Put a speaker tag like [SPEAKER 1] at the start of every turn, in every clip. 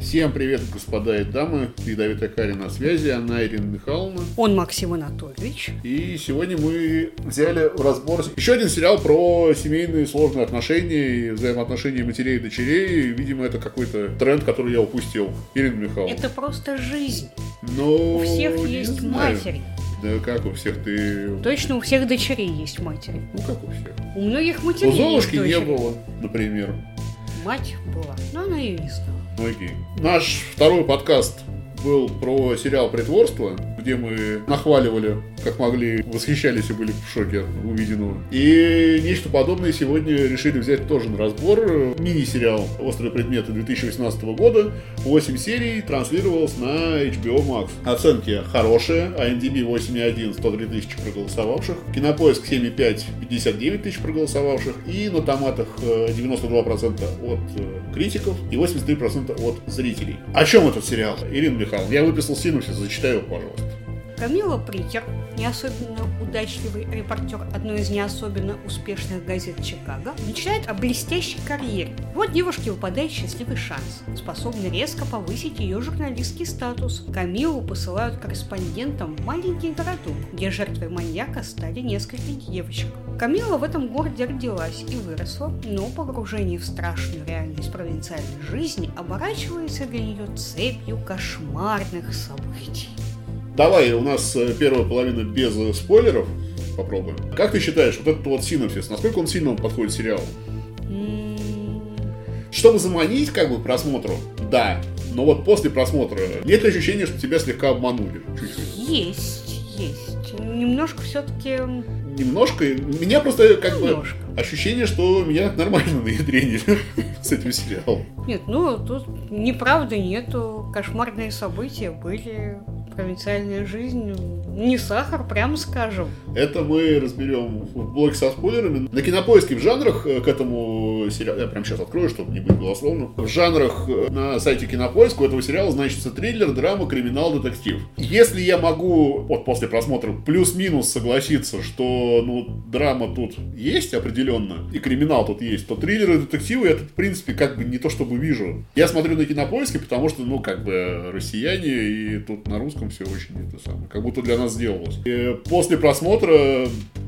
[SPEAKER 1] Всем привет, господа и дамы. Ядовитая Каря на связи, она Ирина Михайловна.
[SPEAKER 2] Он Максим Анатольевич.
[SPEAKER 1] И сегодня мы взяли в разбор еще один сериал про семейные сложные отношения и взаимоотношения матерей и дочерей. Видимо, это какой-то тренд, который я упустил. Ирина Михайловна.
[SPEAKER 2] Это просто жизнь.
[SPEAKER 1] Но
[SPEAKER 2] у всех есть матери.
[SPEAKER 1] Да как у всех? Ты...
[SPEAKER 2] Точно, у всех дочерей есть матери.
[SPEAKER 1] Ну как у всех?
[SPEAKER 2] У многих матерей
[SPEAKER 1] у Золушки
[SPEAKER 2] есть дочери.
[SPEAKER 1] Не было, например.
[SPEAKER 2] Мать была, но она ее не знала.
[SPEAKER 1] Окей. Наш второй подкаст был про сериал «Притворство», где мы нахваливали, как могли, восхищались и были в шоке от увиденного. И нечто подобное сегодня решили взять тоже на разбор. Мини-сериал «Острые предметы» 2018 года. 8 серий транслировалось на HBO Max. Оценки хорошие. IMDb 8,1, 103 тысячи проголосовавших. Кинопоиск 7,5, 59 тысяч проголосовавших. И на томатах 92% от критиков и 83% от зрителей. О чем этот сериал? Ирина Михайловна, я выписал синопсис, зачитай его, пожалуйста.
[SPEAKER 2] Камила Притер, не особенно удачливый репортер одной из не особенно успешных газет Чикаго, мечтает о блестящей карьере. Вот девушке выпадает счастливый шанс, способный резко повысить ее журналистский статус. Камилу посылают корреспондентом в маленький городок, где жертвой маньяка стали несколько девочек. Камила в этом городе родилась и выросла, но погружение в страшную реальность провинциальной жизни оборачивается для нее цепью кошмарных событий.
[SPEAKER 1] Давай, у нас первая половина без спойлеров. Попробуем. Как ты считаешь, вот этот вот синопсис, насколько он сильно подходит сериалу? Чтобы заманить, как бы, просмотру, да. Но вот после просмотра нет ощущения, что тебя слегка обманули? Чуть-чуть.
[SPEAKER 2] Есть. Немножко все-таки...
[SPEAKER 1] Немножко? У меня просто, как
[SPEAKER 2] немножко.
[SPEAKER 1] бы, ощущение, что меня нормально наедренили с этим сериалом.
[SPEAKER 2] Нет, тут неправды нету. Кошмарные события были... Провинциальная жизнь не сахар, прямо скажем. Это
[SPEAKER 1] мы разберем в блоке со спойлерами. На Кинопоиске в жанрах к этому сериалу, я прямо сейчас открою, чтобы не быть голословным. В жанрах на сайте Кинопоиска у этого сериала значится триллер, драма, криминал, детектив. Если я могу вот после просмотра плюс-минус согласиться, что драма тут есть определенно, и криминал тут есть, то триллеры и детективы это, в принципе, как бы не то чтобы вижу. Я смотрю на Кинопоиске, потому что, россияне, и тут на русском все очень это самое, как будто для нас сделалось. И после просмотра,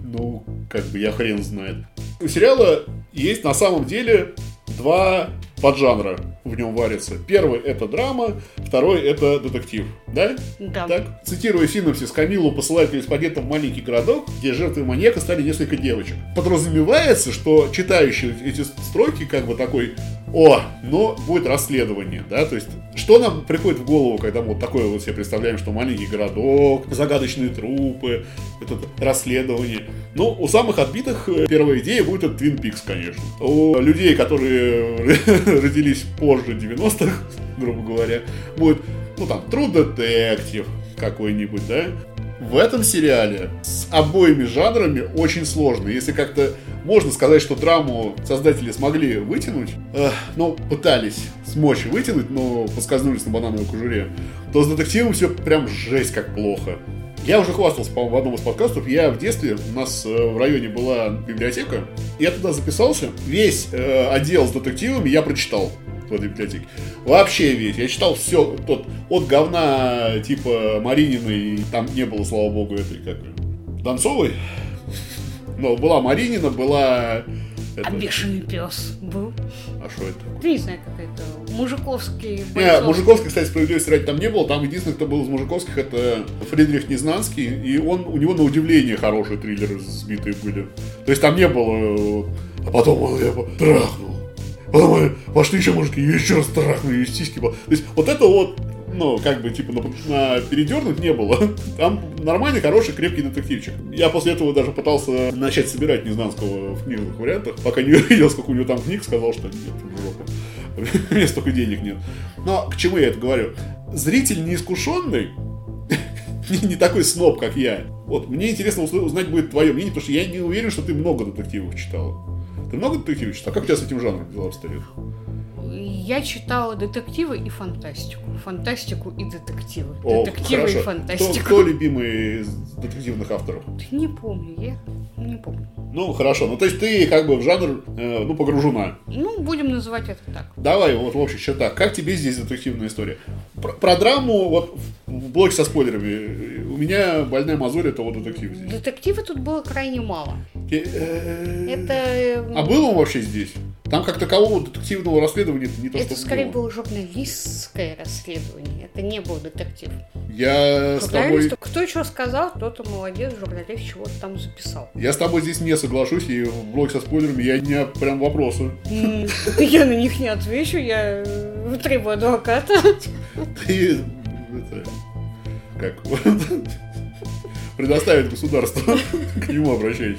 [SPEAKER 1] я хрен знает. У сериала есть на самом деле два поджанра в нем варятся. Первый — это драма, второй — это детектив. Да?
[SPEAKER 2] Да.
[SPEAKER 1] Так? Цитируя синопсис, Камилу посылают корреспондентом в маленький городок, где жертвой маньяка стали несколько девочек. Подразумевается, что читающий эти строки как бы такой: будет расследование, да, то есть, что нам приходит в голову, когда мы вот такое вот себе представляем, что маленький городок, загадочные трупы, это расследование. У самых отбитых первая идея будет это Twin Peaks, конечно. У людей, которые родились позже 90-х, грубо говоря, будет, True Detective какой-нибудь, да. В этом сериале с обоими жанрами очень сложно. Если как-то можно сказать, что драму создатели смогли вытянуть, пытались смочь вытянуть, но поскользнулись на банановой кожуре, то с детективом все прям жесть как плохо. Я уже хвастался, по-моему, в одном из подкастов. Я в детстве, у нас в районе была библиотека, я туда записался. Весь отдел с детективами я прочитал в этой библиотеке. Вообще весь. Я читал все, от говна типа Марининой, там не было, слава богу, этой, Донцовой. Но была Маринина, была...
[SPEAKER 2] бешеный пес был.
[SPEAKER 1] А что это?
[SPEAKER 2] Ты не знаю, как это. Мужиковский.
[SPEAKER 1] Мужиковский, кстати, справедливости ради там не было. Там единственный, кто был из Мужиковских, это Фридрих Незнанский. И у него на удивление хорошие триллеры сбитые были. То есть там не было... А потом он я трахнул. Потом пошли еще мужики, и еще раз трахнули, и сиськи. То есть вот это вот, на передернуть не было. Там нормальный, хороший, крепкий детективчик. Я после этого даже пытался начать собирать Незнанского в книжных вариантах. Пока не увидел, сколько у него там книг, сказал, что нет, в жопу. У меня столько денег нет. Но к чему я это говорю? Зритель неискушенный, не такой сноб, как я. Вот, мне интересно узнать будет твое мнение, потому что я не уверен, что ты много детективов читала. Ты много детективов читал? А как у тебя с этим жанром дела обстоят?
[SPEAKER 2] Я читала детективы и фантастику. Фантастику и детективы.
[SPEAKER 1] Детективы
[SPEAKER 2] и фантастику.
[SPEAKER 1] Кто любимый из детективных авторов?
[SPEAKER 2] Не помню. Не помню.
[SPEAKER 1] Ну, хорошо. Ну, то есть ты как бы в жанр, погружена.
[SPEAKER 2] Ну, будем называть это так.
[SPEAKER 1] Давай, вот в общих чертах. Как тебе здесь детективная история? Про драму, вот в блоке со спойлерами, у меня больная мозоль, это вот детектив здесь.
[SPEAKER 2] Детектива тут было крайне мало.
[SPEAKER 1] А был он вообще здесь? Там как такового детективного расследования не то, что
[SPEAKER 2] Это скорее было журналистское расследование. Это не был детектив.
[SPEAKER 1] Я с тобой...
[SPEAKER 2] Кто что сказал, тот молодец, журналист чего-то там записал.
[SPEAKER 1] Я с тобой здесь не соглашусь, и в блоке со спойлерами у меня прям вопросы.
[SPEAKER 2] Я на них не отвечу, я требую адвоката.
[SPEAKER 1] Ты... Как... Предоставить государству, к нему обращайтесь.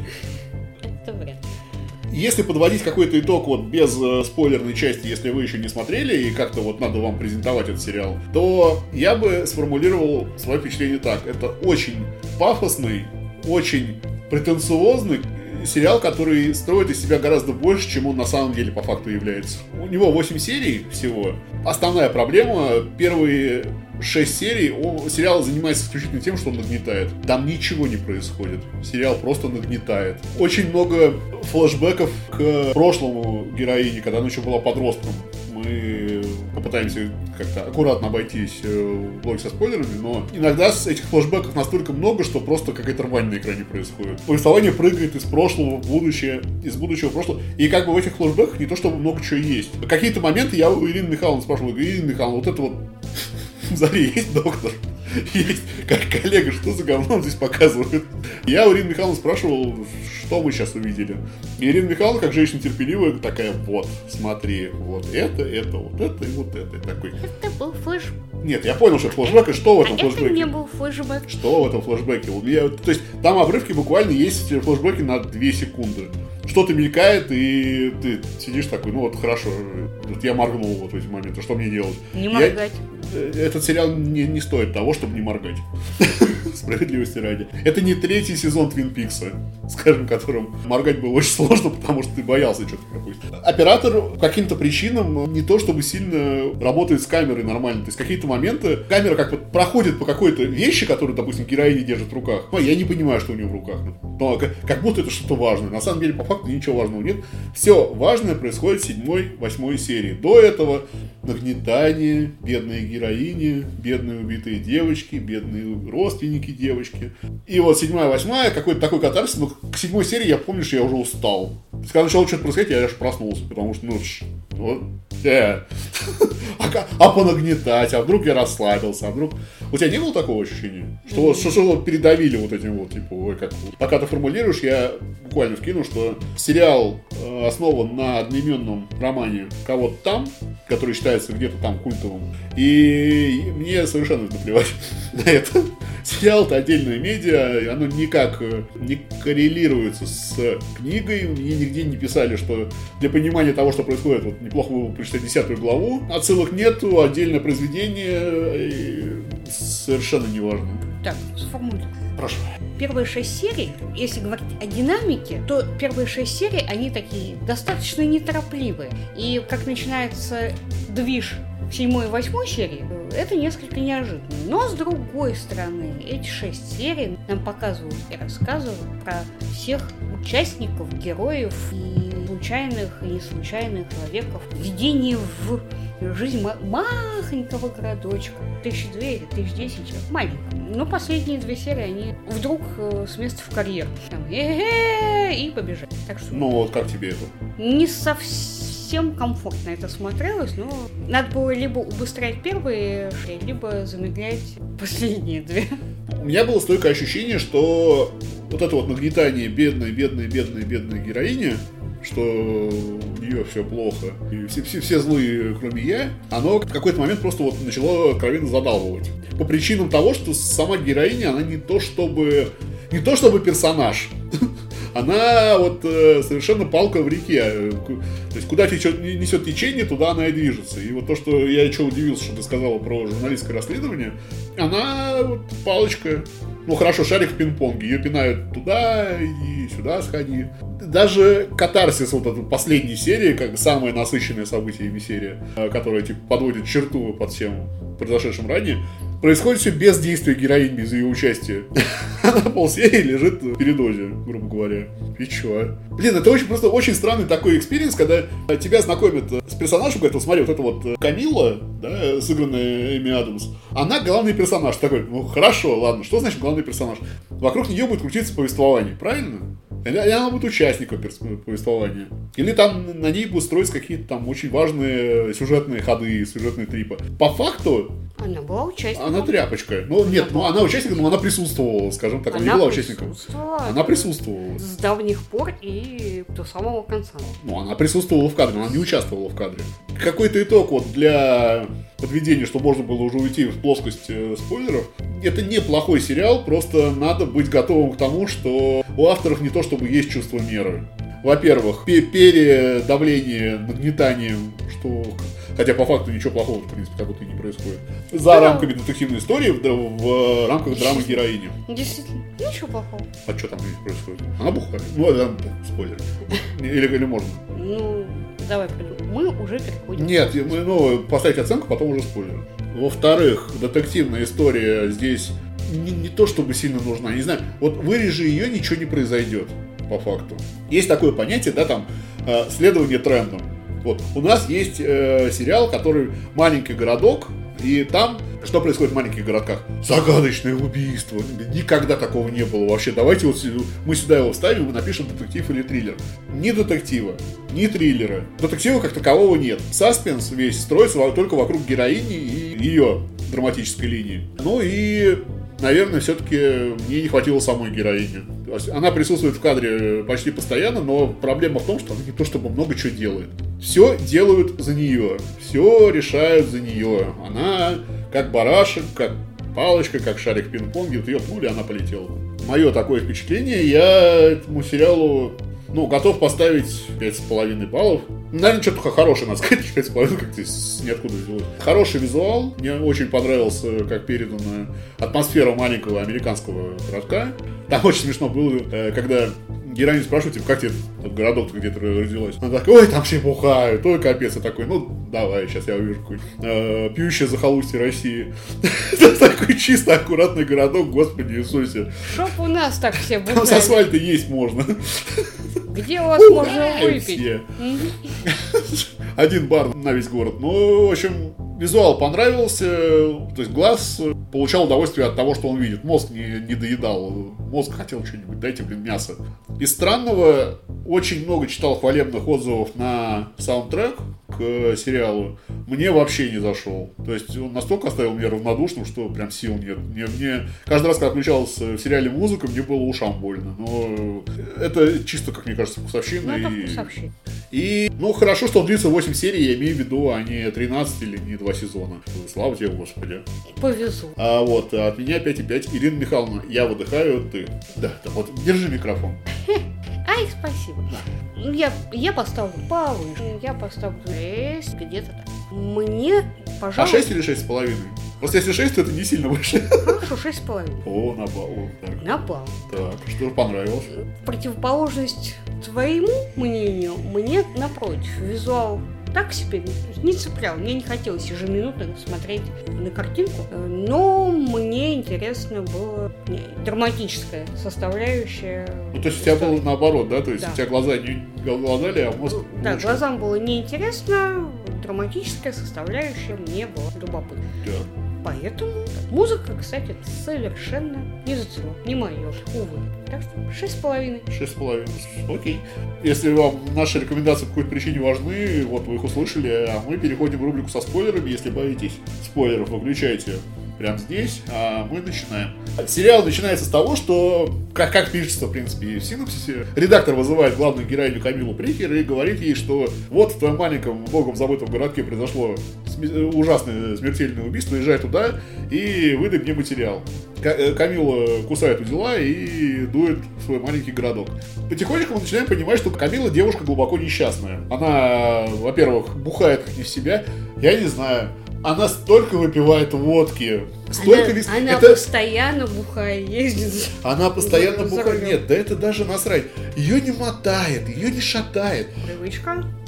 [SPEAKER 2] Это вряд ли.
[SPEAKER 1] Если подводить какой-то итог вот без спойлерной части, если вы еще не смотрели и как-то вот надо вам презентовать этот сериал, то я бы сформулировал свое впечатление так. Это очень пафосный, очень претенциозный сериал, который строит из себя гораздо больше, чем он на самом деле по факту является. У него 8 серий всего. Основная проблема, первые 6 серий, сериал занимается исключительно тем, что он нагнетает. Там ничего не происходит. Сериал просто нагнетает. Очень много флешбеков к прошлому героине, когда она еще была подростком. Мы попытаемся как-то аккуратно обойтись в блоке со спойлерами, но иногда этих флешбеков настолько много, что просто какая-то рвань на экране происходит. Повествование прыгает из прошлого в будущее, из будущего в прошлое, и как бы в этих флешбеках не то чтобы много чего есть. В какие-то моменты я у Ирины Михайловны спрашивал: Ирина Михайловна, вот это вот в Заре есть доктор? Есть как коллега, что за говном здесь показывают? Я у Ирины Михайловны спрашивал, что мы сейчас увидели. И Ирина Михайловна, как женщина терпеливая, такая: вот, смотри, вот это, вот это и вот это. И такой...
[SPEAKER 2] Это был флешбэк.
[SPEAKER 1] Нет, я понял, что это флешбэк, и что в этом флешбеке?
[SPEAKER 2] Это не был флешбэк.
[SPEAKER 1] Что в этом флешбеке? То есть там обрывки буквально есть флешбеки на 2 секунды. Что-то мелькает, и ты сидишь такой: ну вот хорошо, вот я моргнул вот в эти моменты, что мне делать?
[SPEAKER 2] Не моргать.
[SPEAKER 1] Этот сериал не стоит того, чтобы не моргать. Справедливости ради. Это не 3-й сезон Твин Пикса, скажем, которым моргать было очень сложно, потому что ты боялся что-то пропустить. Оператор по каким-то причинам не то чтобы сильно работает с камерой нормально. То есть какие-то моменты камера как бы проходит по какой-то вещи, которую, допустим, героиня держит в руках. Но я не понимаю, что у нее в руках. Но как будто это что-то важное. На самом деле, по факту, ничего важного нет. Все важное происходит в 7-8 серии. До этого нагнетание, бедные героини, бедные убитые девочки, бедные родственники девочки. И вот 7-8, какой-то такой катарсис, но к 7 серии я помню, что я уже устал. То есть, когда начало что-то происходить, я аж проснулся, потому что, а понагнетать, а вдруг я расслабился, а вдруг... У тебя не было такого ощущения? Что вот передавили вот этим вот, типа, ой, как... Пока ты формулируешь, я буквально вкину, что сериал основан на одноименном романе «Кого-то там», который считается где-то там культовым, и мне совершенно наплевать на это. Сериал-то отдельное медиа, оно никак не коррелируется с книгой, мне нигде не писали, что для понимания того, что происходит, вот неплохо было бы прочитать 10 главу, отсылок нету, отдельное произведение, совершенно неважно.
[SPEAKER 2] Так, сформулирую.
[SPEAKER 1] Прошу.
[SPEAKER 2] Первые 6 серий, если говорить о динамике, то первые 6 серий, они такие достаточно неторопливые. И как начинается движ в 7 и 8 серии, это несколько неожиданно. Но с другой стороны, эти 6 серий нам показывают и рассказывают про всех участников, героев и случайных и неслучайных человеков, введение в жизнь маленького городочка. 1002 или 1010, маленького. Но последние 2 серии, они вдруг с места в карьер. Там, и побежали. Так что...
[SPEAKER 1] Ну вот как тебе это?
[SPEAKER 2] Не совсем комфортно это смотрелось, но надо было либо убыстрять первые 6, либо замедлять последние 2.
[SPEAKER 1] У меня было стойкое ощущение, что вот это вот нагнетание бедной героини, что у нее все плохо, и все злые, кроме я, оно в какой-то момент просто вот начало откровенно задалбывать. По причинам того, что сама героиня, она не то чтобы персонаж. Она вот совершенно палка в реке. То есть куда несет течение, туда она и движется. И вот то, что я еще удивился, что ты сказала про журналистское расследование, она вот палочка. Ну хорошо, шарик в пинг-понге. Ее пинают туда и сюда сходи. Даже катарсис вот этой последней серии, как самая насыщенная событиями серия, которая типа подводит черту под всем произошедшим ранее, Происходит все без действия героини, без ее участия. Она полсерии лежит в передозе, грубо говоря. И чё? Блин, это просто очень странный такой экспириенс, когда тебя знакомят с персонажем, говорят, вот смотри, вот эта вот Камилла, да, сыгранная Эми Адамс, она главный персонаж. Такой, ну хорошо, ладно, что значит главный персонаж? Вокруг нее будет крутиться повествование, правильно? Или она будет участником повествования. Или там на ней будут строиться какие-то там очень важные сюжетные ходы, сюжетные трипы. По факту
[SPEAKER 2] она была участником.
[SPEAKER 1] Она тряпочка. Ну, нет, она участником, но она присутствовала, скажем так. Она не была участником. Она присутствовала.
[SPEAKER 2] С давних пор и до самого конца.
[SPEAKER 1] Ну, она присутствовала в кадре, но она не участвовала в кадре. Какой-то итог вот для подведения, что можно было уже уйти в плоскость спойлеров. Это неплохой сериал, просто надо быть готовым к тому, что у авторов не то чтобы есть чувство меры. Во-первых, передавление, нагнетанием, что... Хотя по факту ничего плохого, в принципе, как будто и не происходит. За рамками детективной истории, в рамках драмы героини.
[SPEAKER 2] Действительно, ничего плохого.
[SPEAKER 1] А что там происходит? Она бухает. Ну, это спойлер. Или можно?
[SPEAKER 2] Ну, давай придем. Мы уже переходим.
[SPEAKER 1] Нет, поставить оценку, потом уже спойлер. Во-вторых, детективная история здесь не то чтобы сильно нужна. Не знаю, вот вырежи ее, ничего не произойдет, по факту. Есть такое понятие, да, там, следование трендам. Вот, у нас есть сериал, который «Маленький городок», и там, что происходит в маленьких городках? Загадочное убийство. Никогда такого не было вообще. Давайте вот мы сюда его вставим и напишем детектив или триллер. Ни детектива, ни триллера. Детектива как такового нет. Саспенс весь строится только вокруг героини и ее драматической линии. Ну и... Наверное, все-таки мне не хватило самой героини. Она присутствует в кадре почти постоянно, но проблема в том, что она не то чтобы много чего делает. Все делают за нее, все решают за нее. Она как барашек, как палочка, как шарик в пинг-понге. Вот ее пнули, она полетела. Мое такое впечатление, я этому сериалу готов поставить 5,5 баллов. Наверное, что-то хорошее, надо сказать, 5,5, как-то ниоткуда взялось. Хороший визуал, мне очень понравился, как передана атмосфера маленького американского городка. Там очень смешно было, когда героиню спрашивают, типа, как тебе этот городок-то где-то родилась? Она такая, ой, там все бухают, ой, капец. Я такой, давай, сейчас я увижу какой-нибудь пьющее захолустье России. Такой чисто аккуратный городок, Господи Иисусе.
[SPEAKER 2] Чтоб у нас так все бухали.
[SPEAKER 1] Там с асфальта есть можно.
[SPEAKER 2] Где у вас можно выпить?
[SPEAKER 1] Один бар на весь город. Ну, в общем, визуал понравился. То есть глаз получал удовольствие от того, что он видит. Мозг не доедал. Мозг хотел что-нибудь, дайте, мясо. Из странного, очень много читал хвалебных отзывов на саундтрек к сериалу. Мне вообще не зашел. То есть он настолько оставил меня равнодушным, что прям сил нет. Мне каждый раз, когда включалась в сериале музыка, мне было ушам больно. Но это чисто, как мне кажется, вкусовщина. И хорошо, что он длится 8 серий, я имею в виду, а не 13 или не 2 сезона. Слава тебе, Господи.
[SPEAKER 2] Повезло.
[SPEAKER 1] Вот, от меня 5,5. Ирина Михайловна, я выдыхаю, ты. Да, вот, держи микрофон.
[SPEAKER 2] Ай, спасибо. Да. Я поставлю повыше. Я поставлю 6, где-то так. Мне, пожалуй...
[SPEAKER 1] А 6 или 6,5? Просто если 6, то это не сильно выше.
[SPEAKER 2] Хорошо, 6,5.
[SPEAKER 1] О, на балл. Так.
[SPEAKER 2] На балл.
[SPEAKER 1] Так, что же понравилось?
[SPEAKER 2] В противоположность твоему мнению, мне, напротив, визуал так себе не цеплял. Мне не хотелось ежеминутно смотреть на картинку, но мне интересно было драматическая составляющая.
[SPEAKER 1] То есть у тебя было наоборот, да? То есть у тебя глаза не голодали, а мозг...
[SPEAKER 2] Да, глазам было неинтересно, драматическая составляющая мне была любопытна.
[SPEAKER 1] Да.
[SPEAKER 2] Поэтому музыка, кстати, совершенно не зацепила. Не мое, увы. Так что 6,5.
[SPEAKER 1] 6,5. Окей. Если вам наши рекомендации по какой-то причине важны, вот вы их услышали, а мы переходим в рубрику со спойлерами. Если боитесь спойлеров, выключайте прямо здесь, а мы начинаем. Сериал начинается с того, что, как пишется, в принципе, в синопсисе, редактор вызывает главную героиню Камилу Прихер и говорит ей, что вот в твоем маленьком, богом забытом городке произошло ужасное смертельное убийство, езжай туда и выдай мне материал. Камила кусает у дела и дует в свой маленький городок. Потихонечку мы начинаем понимать, что Камила девушка глубоко несчастная. Она, во-первых, бухает как не в себя, я не знаю. Она столько выпивает водки.
[SPEAKER 2] Она постоянно бухая ездит.
[SPEAKER 1] Она постоянно бухает. Нет, да это даже насрать. Ее не мотает, ее не шатает.
[SPEAKER 2] Привычка.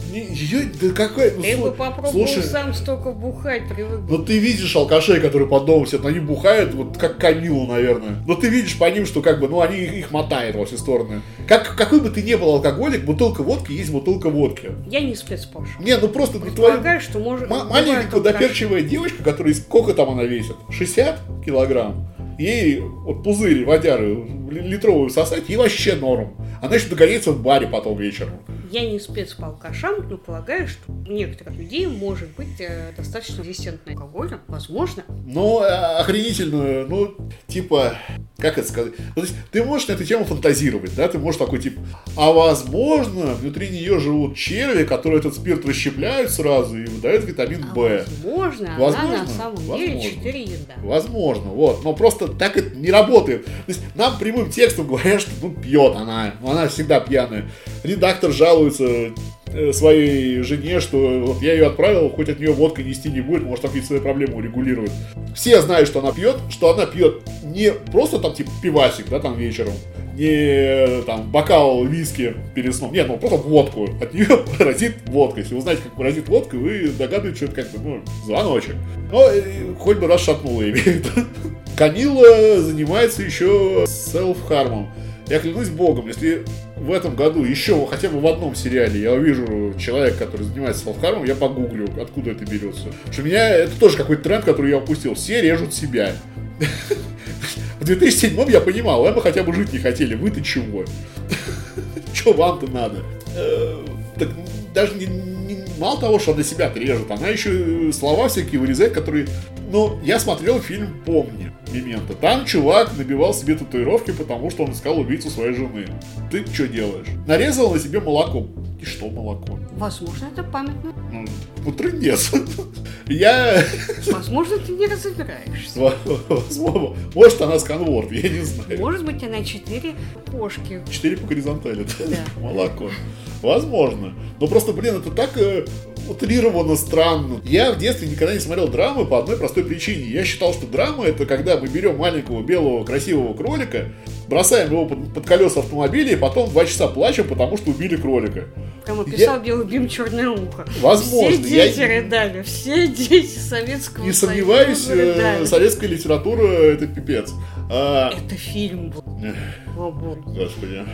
[SPEAKER 1] Да какая...
[SPEAKER 2] Ты бы попробовал сам столько бухать, привык.
[SPEAKER 1] Ну ты видишь алкашей, которые под домом сидят, они бухают, вот как Камилу, наверное. Но ты видишь по ним, что как бы, они их мотают во все стороны. Какой бы ты ни был алкоголик, бутылка водки есть бутылка водки.
[SPEAKER 2] Я не спецпош.
[SPEAKER 1] Не, просто
[SPEAKER 2] предполагаю, что может...
[SPEAKER 1] Маленькая подоперчивая девочка, которая, сколько там она весит? 60 килограмм? Ей вот пузырь водяры литровую сосать, ей вообще норм. Она еще догоняется в баре потом вечером.
[SPEAKER 2] Я не спец по алкашам, но полагаю, что у некоторых людей может быть достаточно резистентный алкоголь. Возможно.
[SPEAKER 1] Охренительную, типа, как это сказать? То есть ты можешь на эту тему фантазировать, да? Ты можешь такой типа, а возможно, внутри нее живут черви, которые этот спирт расщепляют сразу и выдают витамин В.
[SPEAKER 2] Возможно, она на самом деле 4 езда.
[SPEAKER 1] Возможно, вот. Но просто так это не работает. То есть нам прямым текстом говорят, что пьет она. Она всегда пьяная. Редактор жалуется своей жене, что вот я ее отправил, хоть от нее водка нести не будет, может какие-то свои проблемы урегулирует. Все знают, что она пьет не просто там типа пивасик, да, там вечером, не там бокал виски перед сном, нет, просто водку. От нее разит водка. Если вы знаете, как разит водка, вы догадываетесь, что это как бы, звоночек. Но хоть бы раз шатнула имеет. Камила занимается еще селф-хармом. Я клянусь богом, если в этом году еще хотя бы в одном сериале я увижу человека, который занимается селф-хармом, я погуглю, откуда это берется. Потому что у меня это тоже какой-то тренд, который я упустил. Все режут себя. В 2007 я понимал, мы хотя бы жить не хотели. Вы-то чего? Че вам-то надо? Так даже мало того, что она себя режет, она еще слова всякие вырезает, которые... я смотрел фильм «Помни», «Мементо». Там чувак набивал себе татуировки, потому что он искал убийцу своей жены. Ты что делаешь? Нарезал на себе молоко. И что молоко?
[SPEAKER 2] Возможно, это памятно.
[SPEAKER 1] Трындец.
[SPEAKER 2] Возможно, ты не разбираешься.
[SPEAKER 1] Может, она сканворд, я не знаю.
[SPEAKER 2] Может быть, она 4 кошки.
[SPEAKER 1] 4 по горизонтали,
[SPEAKER 2] да.
[SPEAKER 1] Молоко. Возможно. Но просто, это так утрированно странно. Я в детстве никогда не смотрел драмы по одной простой причине. Я считал, что драма — это когда мы берем маленького белого красивого кролика, бросаем его под колеса автомобиля и потом 2 часа плачем, потому что убили кролика.
[SPEAKER 2] Прямо писал «Белый бим, черное ухо».
[SPEAKER 1] Возможно.
[SPEAKER 2] Все дети рыдали, все дети Советского Союза.
[SPEAKER 1] Не сомневаюсь, советская литература — это пипец.
[SPEAKER 2] Это фильм был. О, боже.
[SPEAKER 1] Господи.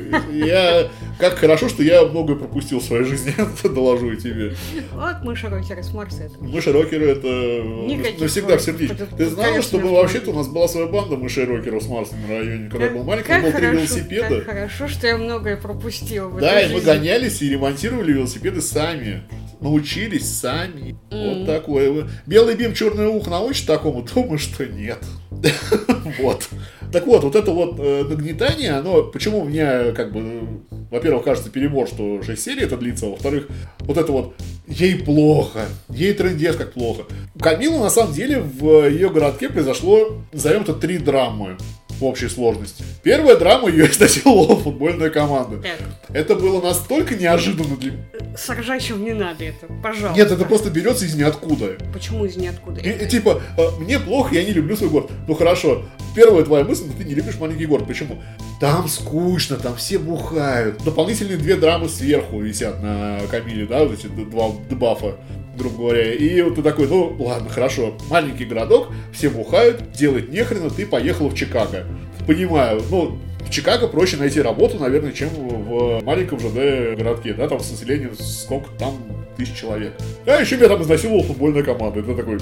[SPEAKER 1] Как хорошо, что я многое пропустил в своей жизни, доложу тебе.
[SPEAKER 2] Вот мыши-рокеры с Марса.
[SPEAKER 1] Мыши-рокеры — это навсегда в сердечке. Ты знала, что вообще-то у нас была своя банда мышей-рокеров с Марса на районе, когда я был маленький, был 3 велосипеда.
[SPEAKER 2] Как хорошо, что я многое пропустила.
[SPEAKER 1] Да, и мы гонялись и ремонтировали велосипеды сами. Научились сами. Вот такое. Белый бим, черное ухо научит такому? Думаю, что нет. Вот. Так вот это нагнетание, оно, почему мне, во-первых, кажется перебор, что 6 серий это длится, а во-вторых, ей плохо, ей трындец как плохо. У Камилы, на самом деле, в ее городке произошло, назовем это, 3 драмы в общей сложности. Первая драма, ее изнасиловала футбольная команда.
[SPEAKER 2] Так.
[SPEAKER 1] Это было настолько неожиданно для...
[SPEAKER 2] С ржачим не надо это, пожалуйста.
[SPEAKER 1] Нет, это просто берется из ниоткуда.
[SPEAKER 2] Почему из ниоткуда?
[SPEAKER 1] Типа, мне плохо, я не люблю свой город. Хорошо, первая твоя мысль, ты не любишь маленький город. Почему? Там скучно, там все бухают. Дополнительные 2 драмы сверху висят на Камиле, да, вот эти 2 дебафа, грубо говоря. И вот ты такой, ладно, хорошо, маленький городок, все бухают, делать нехрена, ты поехал в Чикаго. Понимаю, в Чикаго проще найти работу, наверное, чем в маленьком ЖД городке, да, там с населением сколько там 1000 человек. А еще меня там изнасиловала футбольная команда. Это такой,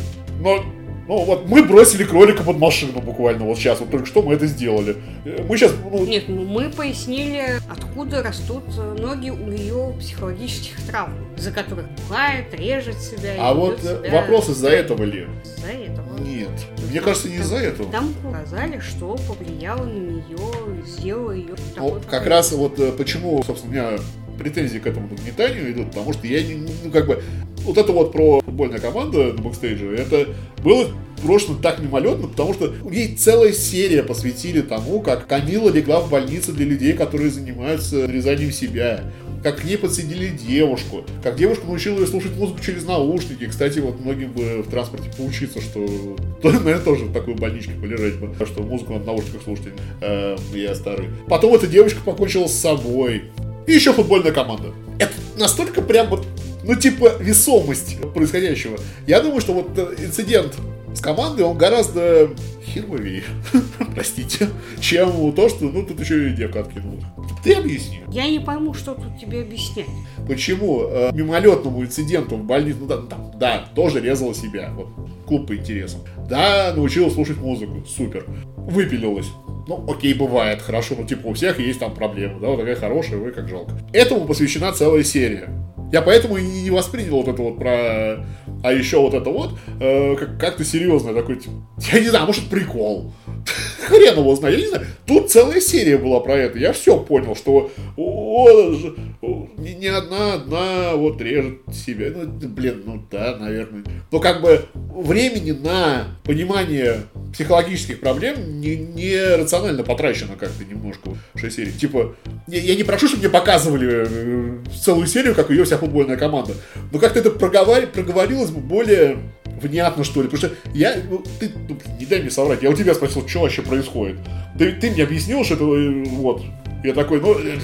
[SPEAKER 1] мы бросили кролика под машину буквально вот сейчас, только что мы это сделали. Мы сейчас...
[SPEAKER 2] Нет, мы пояснили, откуда растут ноги у ее психологических травм, из-за которых бухает, режет себя.
[SPEAKER 1] А вот вопрос из-за этого ли?
[SPEAKER 2] Из-за этого.
[SPEAKER 1] Нет. Мне кажется, не из-за этого.
[SPEAKER 2] Там показали, что повлияло на нее, сделало ее такой.
[SPEAKER 1] Как раз почему, собственно, у меня претензии к этому нагнетанию идут, потому что я вот это про футбольную команду на бэкстейдже, это было брошено так мимолетно, потому что ей целая серия посвятили тому, как Камила легла в больницу для людей, которые занимаются нарезанием себя, как к ней подсоединили девушку, как девушка научила ее слушать музыку через наушники. Кстати, многим бы в транспорте поучиться, что, наверное, тоже в такой больничке полежать бы, что музыку надо в наушниках слушать, я старый. Потом эта девочка покончила с собой. и еще футбольная команда. Это настолько прям вот, весомость происходящего. Я думаю, что вот инцидент с командой, он гораздо херовее, простите, чем то, что, тут еще и девка откинула. Ты объясни.
[SPEAKER 2] Я не пойму, что тут тебе объяснять.
[SPEAKER 1] Почему мимолетному инциденту в больнице, да, тоже резала себя, вот, клуб по интересам. Да, научилась слушать музыку, супер. Выпилилась. Окей, бывает, хорошо, у всех есть там проблемы, да, вот такая хорошая, вы как жалко. Этому посвящена целая серия. Я поэтому и не воспринял вот это вот про... А еще вот это вот, как-то серьезно такой, я не знаю, может, прикол. Хрен его знает, я не знаю. Тут целая серия была про это. Я все понял, что не одна вот режет себя. Да, наверное. Но времени на понимание психологических проблем не рационально потрачено как-то немножко в 6 серий. Я не прошу, чтобы мне показывали целую серию, как ее вся футбольная команда. Но как-то это проговорилось бы более внятно, что ли. Потому что ты не дай мне соврать, я у тебя спросил, что вообще происходит. Ты мне объяснил, что это вот. Я такой,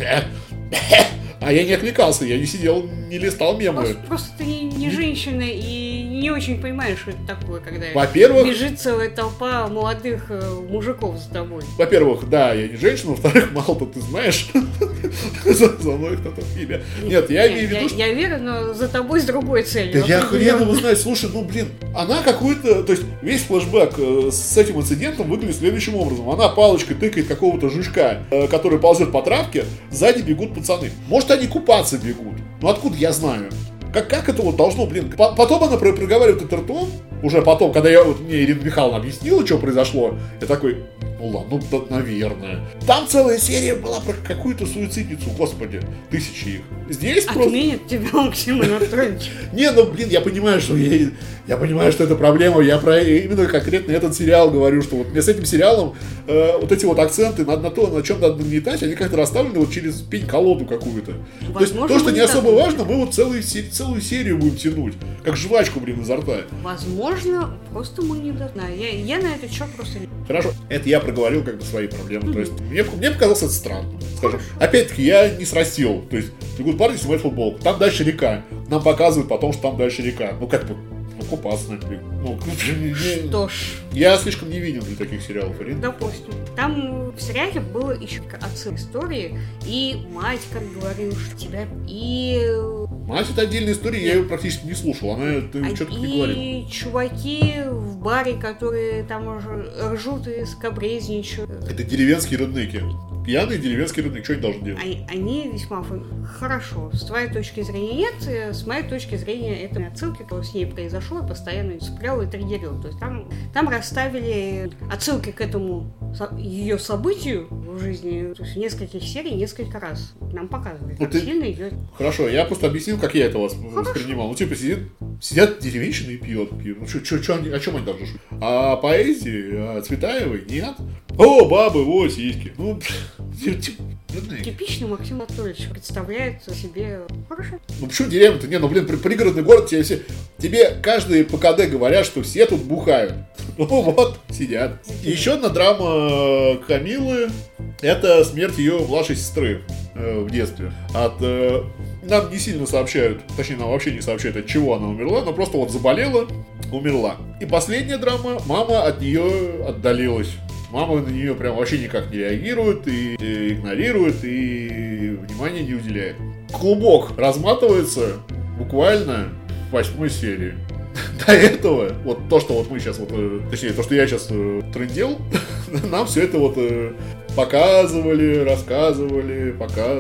[SPEAKER 1] а я не отвлекался, я не сидел, не листал мемы.
[SPEAKER 2] Просто ты не женщина и не очень понимаешь, что это такое, когда
[SPEAKER 1] во-первых,
[SPEAKER 2] бежит целая толпа молодых мужиков за тобой.
[SPEAKER 1] Во-первых, да, я не женщина, во-вторых, мало-то ты знаешь, за мной кто-то в фильме. Нет, я имею в виду, что...
[SPEAKER 2] Я верю, но за тобой с другой целью.
[SPEAKER 1] Да я хрен его знаю, слушай, она какой-то, то есть весь флешбэк с этим инцидентом выглядит следующим образом. Она палочкой тыкает какого-то жучка, который ползет по травке, сзади бегут пацаны. Может, они купаться бегут. Откуда я знаю? Как это вот должно, Потом она проговаривает этот ртом, уже потом, когда мне Ирина Михайловна объяснила, что произошло, я такой, ладно, наверное. Там целая серия была про какую-то суицидницу, господи, тысячи их. Здесь просто...
[SPEAKER 2] Отменит тебя Максим Анатольевич.
[SPEAKER 1] Не, я понимаю, что я понимаю, что это проблема, я про именно конкретно этот сериал говорю, что вот мне с этим сериалом вот эти вот акценты на то, на чем надо нагнетать, они как-то расставлены вот через пень-колоду какую-то. То есть то, что не особо важно, мы вот целую серию будем тянуть, как жвачку, изо рта.
[SPEAKER 2] Возможно, просто мы не знаем. Я на этот счет просто не...
[SPEAKER 1] Хорошо, это я проговорил свои проблемы. То есть мне показалось это странно. Скажем, опять-таки, я не срастил. То есть, бегут парни, снимают футболку. Там дальше река. Нам показывают потом, что там дальше река. Купаться,
[SPEAKER 2] Что ж.
[SPEAKER 1] Я слишком не видел для таких сериалов, Ирина.
[SPEAKER 2] Допустим. Там в сериале было еще отцы истории, и мать, как говорил, что тебя, и...
[SPEAKER 1] Мать — это отдельная история, я ее практически не слушал, она что-то не говорит.
[SPEAKER 2] И чуваки в баре, которые там ржут и скабрезничают.
[SPEAKER 1] Это деревенские рудники. Пьяные деревенские рудники, что они должны делать?
[SPEAKER 2] Они весьма хорошо. С твоей точки зрения нет, с моей точки зрения это отсылки, что с ней произошло, и постоянно цеплял и триггерил. То есть там расставили отсылки к этому ее событию в жизни, то есть в нескольких серий несколько раз. Нам показывали, как сильно ее...
[SPEAKER 1] Хорошо, я просто объяснил, как я это воспринимал. Сидят деревенщины и пьют. О чем они должны шутить? О поэзии, о Цветаевой? Нет. О, бабы, о, сиськи.
[SPEAKER 2] Типичный Максим Анатольевич представляет себе хорошо.
[SPEAKER 1] Почему деревня-то? Пригородный город, тебе каждый по КД говорят, что все тут бухают. Вот, сидят. Еще одна драма Камилы — это смерть ее младшей сестры в детстве. Нам не сильно сообщают, точнее, нам вообще не сообщают, от чего она умерла, но просто вот заболела, умерла. И последняя драма, мама от нее отдалилась. Мама на нее прям вообще никак не реагирует, и игнорирует, и внимания не уделяет. Клубок разматывается буквально в 8 серии. До этого, вот то, что вот мы сейчас, точнее, то, что я сейчас трындел, нам все это показывали, рассказывали.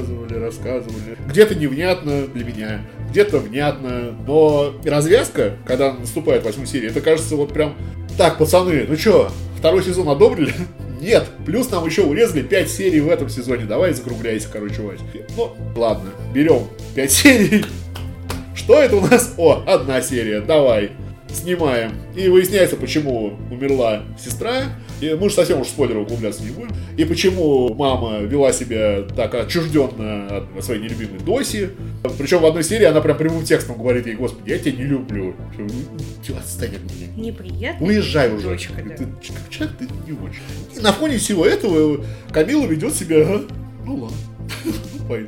[SPEAKER 1] Где-то невнятно для меня, где-то внятно, но развязка, когда наступает 8 серия, это кажется прям, так, пацаны, второй сезон одобрили? Нет. Плюс нам еще урезали 5 серий в этом сезоне. Давай закругляйся, Вась. Ладно. Берем 5 серий. Что это у нас? Одна серия. Давай. Снимаем. И выясняется, почему умерла сестра. И мы же совсем уж в спойлеры углубляться не будем. И почему мама вела себя так отчужденно от своей нелюбимой Доси. Причем в одной серии она прям прямым текстом говорит ей: господи, я тебя не люблю. Отстань от меня.
[SPEAKER 2] Неприятно.
[SPEAKER 1] Уезжай уже.
[SPEAKER 2] Дочка, да.
[SPEAKER 1] Ты не очень. И на фоне всего этого Камила ведет себя: ладно, пойду.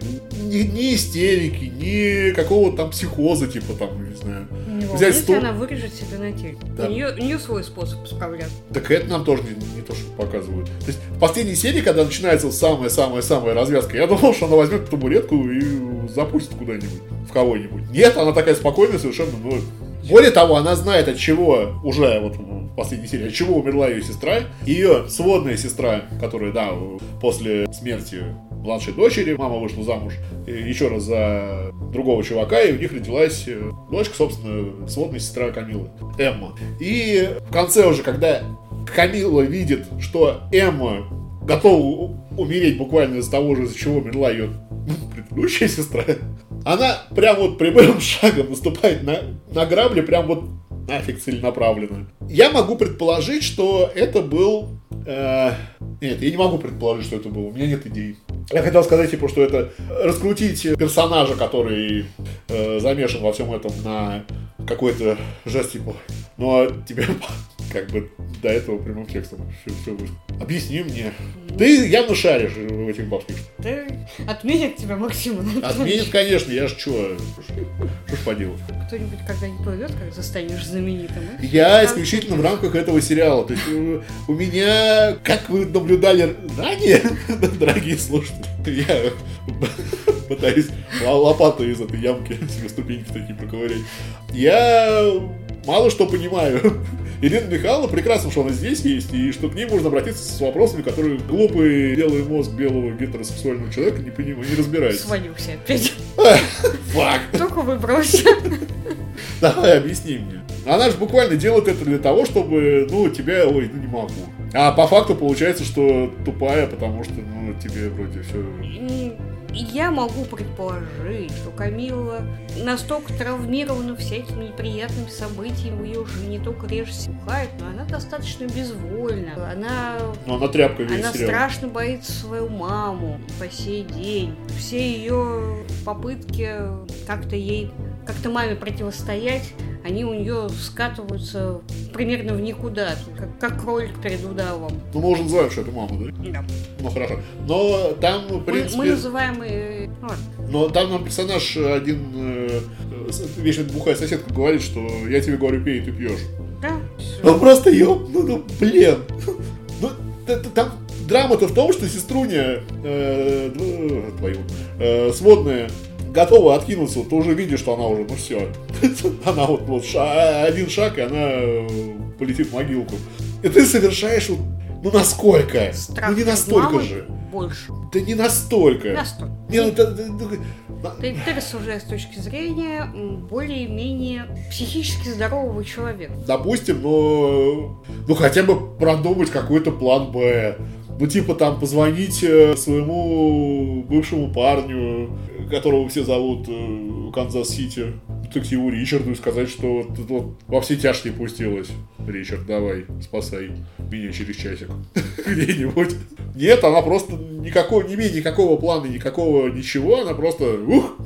[SPEAKER 1] ни истерики, ни какого-то там психоза, типа там, не знаю.
[SPEAKER 2] Взять стул... она вырежет себе на теле. Да. У нее свой способ справляться.
[SPEAKER 1] Так это нам тоже не то, что показывают. То есть в последней серии, когда начинается самая-самая-самая развязка, я думал, что она возьмет табуретку и запустит куда-нибудь, в кого-нибудь. Нет, она такая спокойная совершенно, но... Более того, она знает, от чего уже, вот в последней серии, от чего умерла ее сестра. Ее сводная сестра, которая, да, после смерти младшей дочери, мама вышла замуж еще раз за другого чувака, и у них родилась дочка, собственно, сводная сестра Камилы, Эмма. И в конце уже, когда Камила видит, что Эмма готова умереть буквально из-за того же, из-за чего умерла ее предыдущая сестра, она прям вот прямым шагом наступает на грабли, прям вот нафиг целенаправленно. Я могу предположить, что это был... Нет, я не могу предположить, что это было. У меня нет идей. Я хотел сказать, типа, что это раскрутить персонажа, который замешан во всем этом, на какой-то жест, типа, ну, а тебе как бы до этого прямым текстом все вышло. Объясни мне. Ты явно шаришь в этих бабках.
[SPEAKER 2] Ты отменят тебя, Максим.
[SPEAKER 1] Отменят, конечно, я ж что ж поделать.
[SPEAKER 2] Кто-нибудь когда-нибудь плывет, как застанешь знаменитым?
[SPEAKER 1] Я исключительно в рамках этого сериала. То есть у меня, как вы наблюдали ранее, дорогие слушатели, я пытаюсь лопатой из этой ямки себе ступеньки такие проковырять. Я мало что понимаю. Елена Михайловна прекрасно, что она здесь есть, и что к ней можно обратиться с вопросами, которые глупый белый мозг белого гетеросексуального человека не разбирается.
[SPEAKER 2] Свалился опять.
[SPEAKER 1] Фак.
[SPEAKER 2] Только выбрался.
[SPEAKER 1] Давай, объясни мне. Она же буквально делает это для того, чтобы, тебя, не могу. А по факту получается, что тупая, потому что, тебе вроде все...
[SPEAKER 2] Я могу предположить, что Камила настолько травмирована всякими неприятными событиями, ее уже не только реже слухает, но она достаточно безвольна.
[SPEAKER 1] Она тряпка весь
[SPEAKER 2] Она
[SPEAKER 1] сериал.
[SPEAKER 2] страшно боится свою маму по сей день. Все ее попытки как-то маме противостоять, они у нее скатываются примерно в никуда, как кролик перед удавом.
[SPEAKER 1] Мы уже называем, что это мама, да? Да. Хорошо. Но там, в принципе...
[SPEAKER 2] Мы называем и...
[SPEAKER 1] Но там нам персонаж один, вечно бухая соседка, говорит, что я тебе говорю, пей, ты пьешь.
[SPEAKER 2] Да.
[SPEAKER 1] Он просто блин. Там драма-то в том, что сеструня сводная готова откинуться, ты уже видишь, что она уже, все. Она один шаг, и она полетит в могилку. И ты совершаешь, насколько?
[SPEAKER 2] Страх
[SPEAKER 1] не настолько же.
[SPEAKER 2] Больше.
[SPEAKER 1] Да не настолько.
[SPEAKER 2] Ты рассуждаешь с точки зрения более-менее психически здорового человека.
[SPEAKER 1] Допустим, хотя бы продумать какой-то план Б. Там позвонить своему бывшему парню, которого все зовут Канзас-Сити, детективу Ричарду, и сказать, что ты во все тяжкие пустилась. Ричард, давай, спасай меня через часик. Где-нибудь. Нет, она просто не имеет никакого плана, никакого ничего, она просто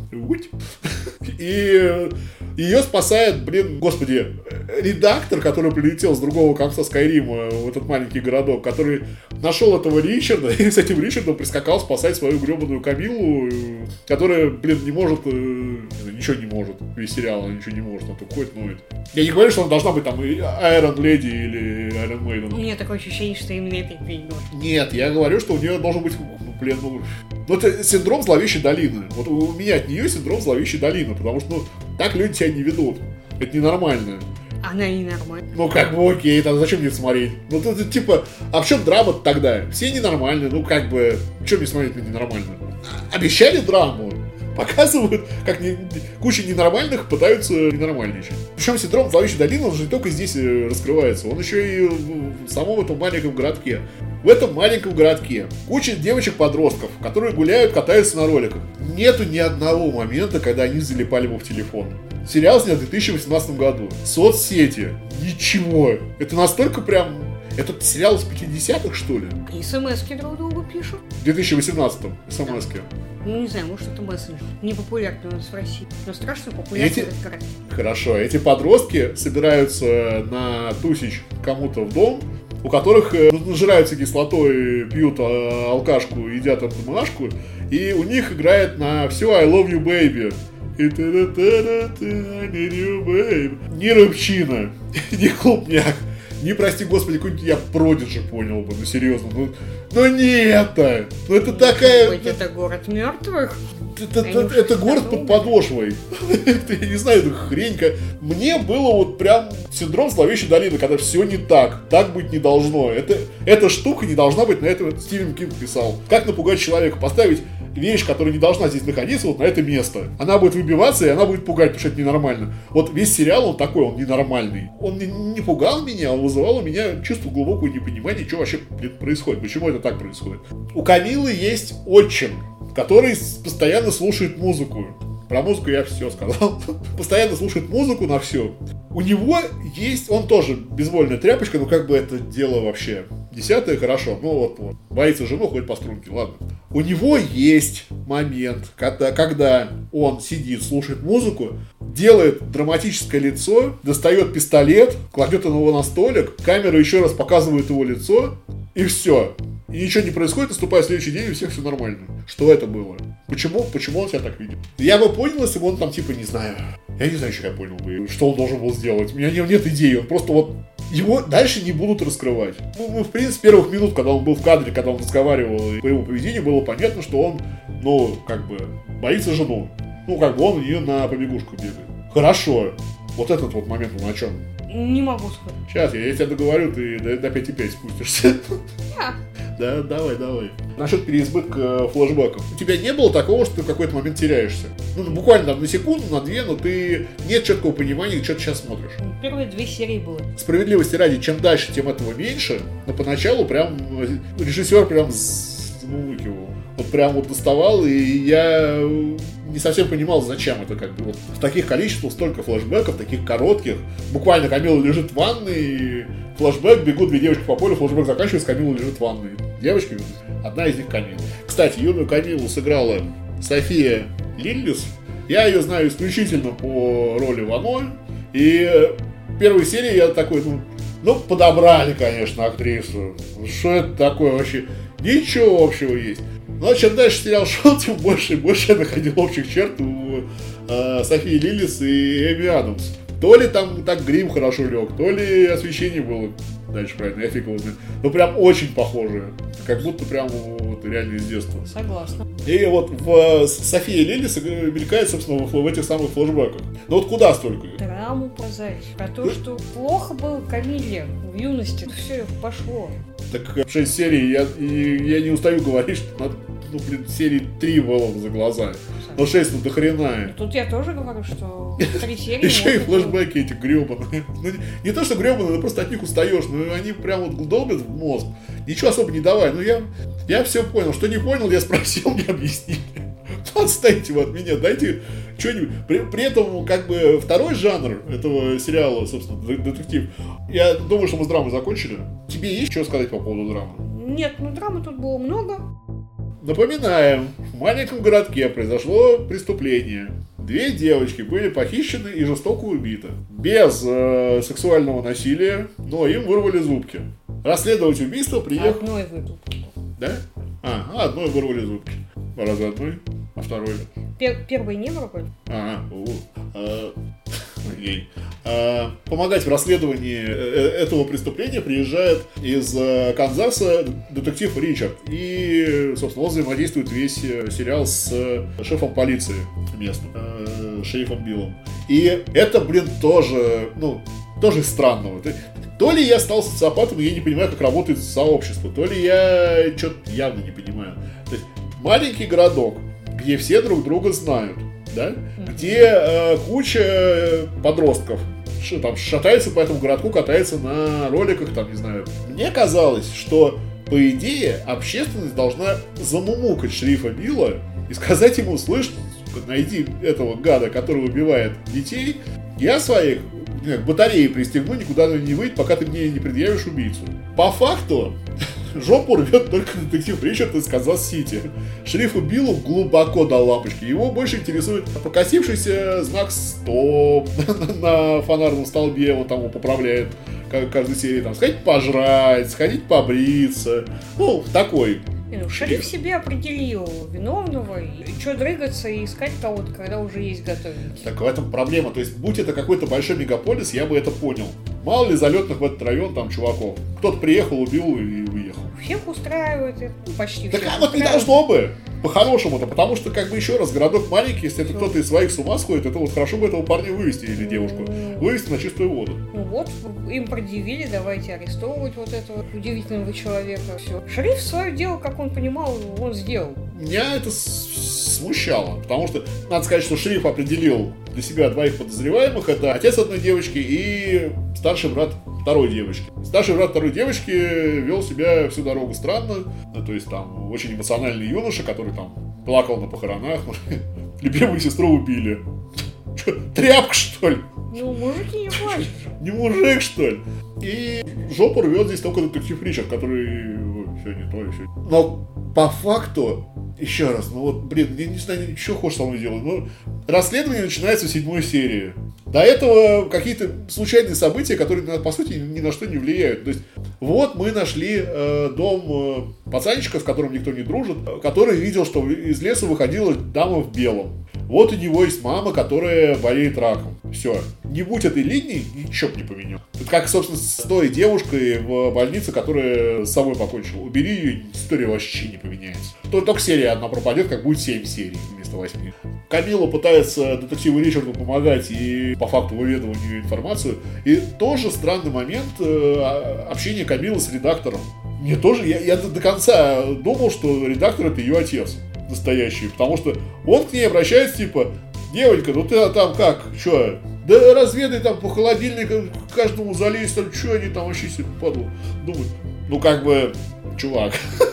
[SPEAKER 1] и ее спасает, редактор, который прилетел с другого конца Скайрима в этот маленький городок, который нашел этого Ричарда, и с этим Ричардом прискакал спасать свою гребаную Камилу, которая, не может, ничего не может. Весь сериал она ничего не может, она только ходит, ноет. Я не говорю, что она должна быть там Айрон Леди или Айрон Мейден.
[SPEAKER 2] У меня такое ощущение, что именно это и перенос.
[SPEAKER 1] Нет, я говорю, что у нее должен быть, это синдром зловещей долины. Вот у меня от нее синдром зловещей долины, потому что, так люди себя не ведут. Это ненормально.
[SPEAKER 2] Она ненормальная.
[SPEAKER 1] Окей, тогда зачем мне это смотреть? А в чем драма тогда? Все ненормальные, что мне смотреть на ненормально? Обещали драму. Показывают, как куча ненормальных пытаются ненормальничать. Причем синдром зловещей долины, он же не только здесь раскрывается, он еще и в самом этом маленьком городке. В этом маленьком городке куча девочек-подростков, которые гуляют, катаются на роликах. Нету ни одного момента, когда они залипали бы в телефон. Сериал снят в 2018 году. Соцсети. Ничего. Это настолько прям... Этот сериал из 50-х, что ли?
[SPEAKER 2] И смс-ки друг другу пишут.
[SPEAKER 1] В 2018-м смс-ки.
[SPEAKER 2] Не знаю, может, это мессенджер. Не популярный у нас в России. Но страшно популярный в город.
[SPEAKER 1] Хорошо. Эти подростки собираются на тусич кому-то в дом, у которых нажираются кислотой, пьют алкашку, едят обмашку, и у них играет на все I love you, baby. Ни рыбчина, ни клубняк, ни, прости господи, какой-нибудь я Продиджи понял бы, ну серьезно, ну не это, ну это такая...
[SPEAKER 2] Это город мертвых?
[SPEAKER 1] Это город под подошвой. Я не знаю, это хренька. Мне было вот прям синдром зловещей долины, когда все не так. Так быть не должно. Эта штука не должна быть, на это Стивен Кинг писал. Как напугать человека? Поставить вещь, которая не должна здесь находиться, вот на это место. Она будет выбиваться, и она будет пугать, потому что это ненормально. Вот весь сериал, он такой, он ненормальный. Он не пугал меня, он вызывал у меня чувство глубокого непонимания, что вообще происходит, почему это так происходит. У Камилы есть отчим, который постоянно слушает музыку. Про музыку я все сказал. Постоянно слушает музыку на все. У него есть, он тоже безвольная тряпочка, но как бы это дело вообще десятое, хорошо. Ну вот. Боится жену, ходит по струнке, ладно. У него есть момент, когда он сидит, слушает музыку, делает драматическое лицо, достает пистолет, кладет его на столик, камера еще раз показывает его лицо, и все. И ничего не происходит, наступает следующий день, и у всех все нормально. Что это было? Почему он себя так видит? Я бы понял, если бы он там, типа, не знаю. Я не знаю, что я понял бы, что он должен был сделать. У меня нет идеи, он просто вот... Его дальше не будут раскрывать. Ну, в принципе, с первых минут, когда он был в кадре, когда он разговаривал, и по его поведению было понятно, что он, ну, как бы, боится жену. Ну, как бы он ее на побегушку бегает. Хорошо. Вот этот вот момент, он о чем?
[SPEAKER 2] Не могу сказать.
[SPEAKER 1] Сейчас, я тебя договорю, ты до 5,5 спустишься. Да, давай. Насчет переизбытка флешбеков. У тебя не было такого, что ты в какой-то момент теряешься? Ну, буквально там на секунду, на две, но ты нет четкого понимания, что ты сейчас смотришь.
[SPEAKER 2] Первые 2 серии было.
[SPEAKER 1] Справедливости ради, чем дальше, тем этого меньше. Но поначалу прям режиссер прям звукивал. Вот прям вот доставал, и я не совсем понимал, зачем это, как бы вот в таких количествах столько флешбеков, таких коротких. Буквально Камила лежит в ванной, флешбек, бегут 2 девочки по полю, флешбек заканчивается, Камила лежит в ванной. Девочки, одна из них Камила. Кстати, юную Камилу сыграла София Лиллис. Я ее знаю исключительно по роли Вано. И в первой серии я такой, ну подобрали, конечно, актрису. Что это такое вообще? Ничего общего есть. Но чем дальше сериал шел, тем больше и больше я находил общих черт у Софии Лиллис и Эми Адамс. То ли там так грим хорошо лег, то ли освещение было дальше правильно, я фиг его знаю. Ну прям очень похожие. Как будто прям вот реально из детства.
[SPEAKER 2] Согласна.
[SPEAKER 1] И вот в Софии Лиллис мелькает, собственно, в этих самых флешбеках. Ну вот куда столько?
[SPEAKER 2] Драму показать. Про то, что плохо было Камиле в юности. Все пошло.
[SPEAKER 1] Так 6 серий, я не устаю говорить, что надо, серии 3 было за глаза. Но 6, до хрена.
[SPEAKER 2] Тут я тоже говорю, что 3 серии...
[SPEAKER 1] Еще и флешбеки эти гребаные. Не то, что гребаные, но просто от них устаешь. Ну, они прям вот долбят в мозг. Ничего особо не давай. Ну, я все понял. Что не понял, я спросил, мне объяснили. Отстаньте вы от меня, дайте что-нибудь. При этом, как бы, второй жанр этого сериала, собственно, детектив. Я думаю, что мы с драмой закончили. Тебе есть что сказать по поводу драмы?
[SPEAKER 2] Нет, драмы тут было много.
[SPEAKER 1] Напоминаем, в маленьком городке произошло преступление. 2 девочки были похищены и жестоко убиты. Без сексуального насилия, но им вырвали зубки. Расследовать убийство приехал...
[SPEAKER 2] Одной вырвали.
[SPEAKER 1] Да? Одной вырвали зубки. Разве одной? А второй?
[SPEAKER 2] Первой не вырвали?
[SPEAKER 1] Помогать в расследовании этого преступления приезжает из Канзаса детектив Ричард. И, собственно, он взаимодействует весь сериал с шефом полиции местным, шерифом Биллом. И это, тоже странно. То ли я стал социопатом, и я не понимаю, как работает сообщество, то ли я что-то явно не понимаю. То есть маленький городок, где все друг друга знают, да? Где куча подростков там шатается по этому городку, катается на роликах, там, не знаю. Мне казалось, что, по идее, общественность должна замумукать шерифа Билла и сказать ему: слышь, найди этого гада, который убивает детей, я своих к батарее пристегну, никуда не выйдет, пока ты мне не предъявишь убийцу. По факту, жопу рвет только детектив Ричард из Канзас-Сити. Шерифу Биллу глубоко до лампочки. Его больше интересует покосившийся знак «Стоп» на фонарном столбе, он там его поправляет. каждой серии, там, сходить пожрать, сходить побриться, ну, такой.
[SPEAKER 2] Шериф себе определил виновного, и что дрыгаться и искать кого-то, когда уже есть готовенький.
[SPEAKER 1] Так в этом проблема. То есть, будь это какой-то большой мегаполис, я бы это понял. Мало ли залетных в этот район там чуваков. Кто-то приехал, убил и уехал.
[SPEAKER 2] Всех устраивает, почти
[SPEAKER 1] так
[SPEAKER 2] всех.
[SPEAKER 1] Так вот не должно бы. По-хорошему-то, потому что, как бы, еще раз, городок маленький, если это кто-то из своих с ума сходит, это вот хорошо бы этого парня вывести или девушку. Вывести на чистую воду.
[SPEAKER 2] Ну вот, им предъявили, давайте арестовывать вот этого удивительного человека. Все. Шериф свое дело, как он понимал, он сделал.
[SPEAKER 1] Меня это смущало, потому что, надо сказать, что шериф определил для себя двоих подозреваемых. Это отец одной девочки и старший брат второй девочки. Старший брат второй девочки вел себя всю дорогу странно. То есть там очень эмоциональный юноша, который там плакал на похоронах. Любимую сестру убили. Что, тряпка, что ли?
[SPEAKER 2] Ну, мужики не плачут.
[SPEAKER 1] Не мужик, что ли? И жопу рвет здесь только детектив Ричард, который... Все не то, и все. Но по факту, еще раз, ну вот, блин, я не знаю, что хочешь со мной делать. Ну, расследование начинается в 7 серии. До этого какие-то случайные события, которые, по сути, ни на что не влияют. То есть, вот мы нашли дом пацанчика, с которым никто не дружит, который видел, что из леса выходила дама в белом. Вот у него есть мама, которая болеет раком. Все. Не будь этой линии, ничего бы не поменял. Это как, собственно, с той девушкой в больнице, которая с собой покончила. Убери ее, история вообще не поменяется. Только серия одна пропадет, как будет 7 серий вместо 8. Камила пытается детективу Ричарду помогать и по факту выведывать у нее информацию. И тоже странный момент общения Камилы с редактором. Мне тоже, я до конца думал, что редактор это ее отец настоящий, потому что он к ней обращается, типа, девонька, ну ты там как, что, да разведай там по холодильнику, каждому залезть, там, что они там вообще себе падлу думают. Ну как бы, чувак,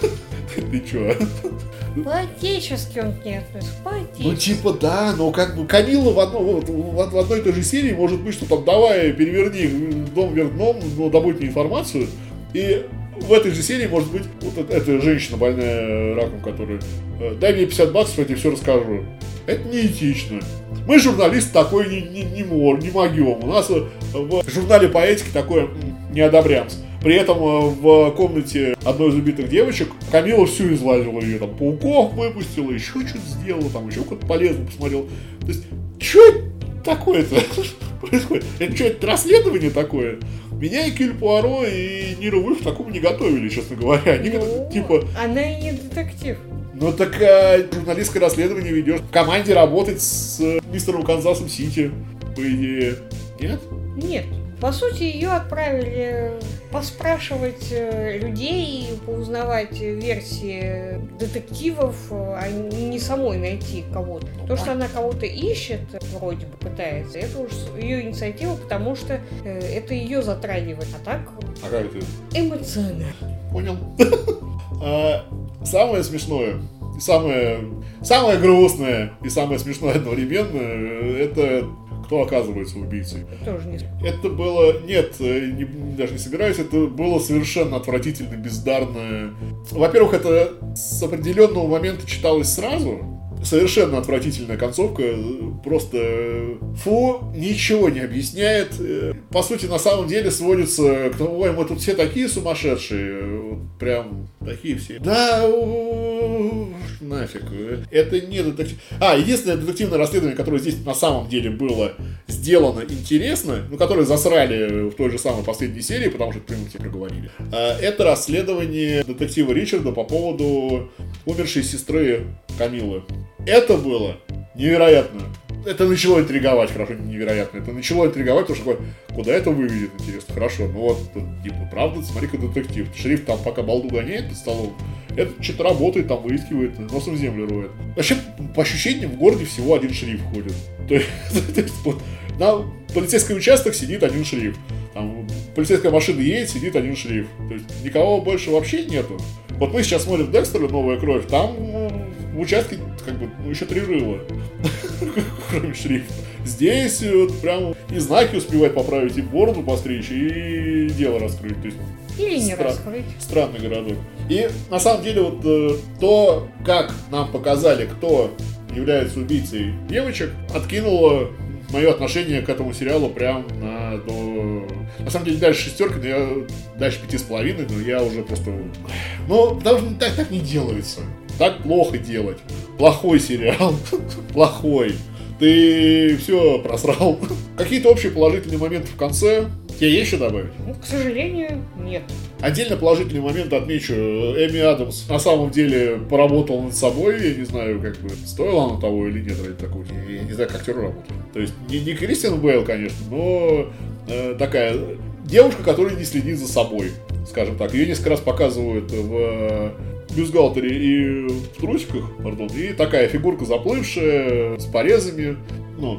[SPEAKER 1] ты что?
[SPEAKER 2] По-отечески он к ней относится, по-отечески.
[SPEAKER 1] Ну типа да, но как бы Камила в одной и той же серии может быть, что там давай переверни дом вверх дном, но добудь мне информацию, и в этой же серии может быть вот эта женщина больная раком, которая дай мне $50, я тебе все расскажу. Это неэтично. Мы, журналисты, такой не могем. У нас в журнале по этике такое не одобрямся. При этом в комнате одной из убитых девочек Камила всю излазила ее, там, пауков выпустила, еще что-то сделала, там, еще как-то полезно посмотрел. То есть, что такое-то происходит? Это что, это расследование такое? Меня и Кюль Пуаро, и Ниро Вульф к такому не готовили, честно говоря. Они типа...
[SPEAKER 2] Она и не детектив.
[SPEAKER 1] Ну так журналистское расследование ведешь. В команде работать с мистером Канзасом Сити, по идее. Нет? Нет.
[SPEAKER 2] По сути, ее отправили поспрашивать людей, поузнавать версии детективов, а не самой найти кого-то. То, что она кого-то ищет, вроде бы пытается, это уж ее инициатива, потому что это ее затрагивает. А так...
[SPEAKER 1] А как это?
[SPEAKER 2] Эмоционально.
[SPEAKER 1] Понял. Самое смешное, самое грустное и самое смешное одновременно, это кто оказывается убийцей.
[SPEAKER 2] Тоже не...
[SPEAKER 1] Это было... Нет, даже не собираюсь. Это было совершенно отвратительно, бездарно. Во-первых, это с определенного момента читалось сразу. Совершенно отвратительная концовка. Просто фу, ничего не объясняет. По сути, на самом деле сводится к тому, ой, мы тут все такие сумасшедшие. Прям такие все. Да, нафиг. Это не детектив. Единственное детективное расследование, которое здесь на самом деле было сделано интересно, ну, которое засрали в той же самой последней серии, потому что прямо все проговорили. Это расследование детектива Ричарда по поводу умершей сестры Камилы. Это было невероятно. Это начало интриговать, хорошо, невероятно. Это начало интриговать, потому что куда это выведет, интересно. Хорошо, ну вот, типа, правда, смотри-ка детектив. Шериф там пока балду гоняет под столом, этот что-то работает, там выискивает, носом в землю роет. Вообще, по ощущениям, в городе всего один шериф ходит. То есть, вот, на полицейском участке сидит один шериф. Там полицейская машина едет, сидит один шериф. То есть, никого больше вообще нету. Вот мы сейчас смотрим Декстера «Новая кровь», там в участке как бы еще 3 рыла, кроме шрифта. Здесь вот прям и знаки успевать поправить, и бороду постричь, и дело раскрыть. То есть,
[SPEAKER 2] или не раскрыть.
[SPEAKER 1] Странный городок. И на самом деле вот то, как нам показали, кто является убийцей девочек, откинуло мое отношение к этому сериалу прям до На самом деле дальше 6, но я дальше 5,5, но я уже просто... Ну, потому что так не делается. Так плохо делать. Плохой сериал. Плохой. Ты все просрал. Какие-то общие положительные моменты в конце. Тебе есть что добавить?
[SPEAKER 2] Ну, к сожалению, нет.
[SPEAKER 1] Отдельно положительный момент отмечу. Эми Адамс на самом деле поработал над собой. Я не знаю, как бы стоило оно того или нет ради такого. Я не знаю, как актер работал. То есть не Кристиан Бейл, конечно, но такая девушка, которая не следит за собой, скажем так. Ее несколько раз показывают в бюстгальтере и в трусиках, пардон. И такая фигурка заплывшая, с порезами. Ну,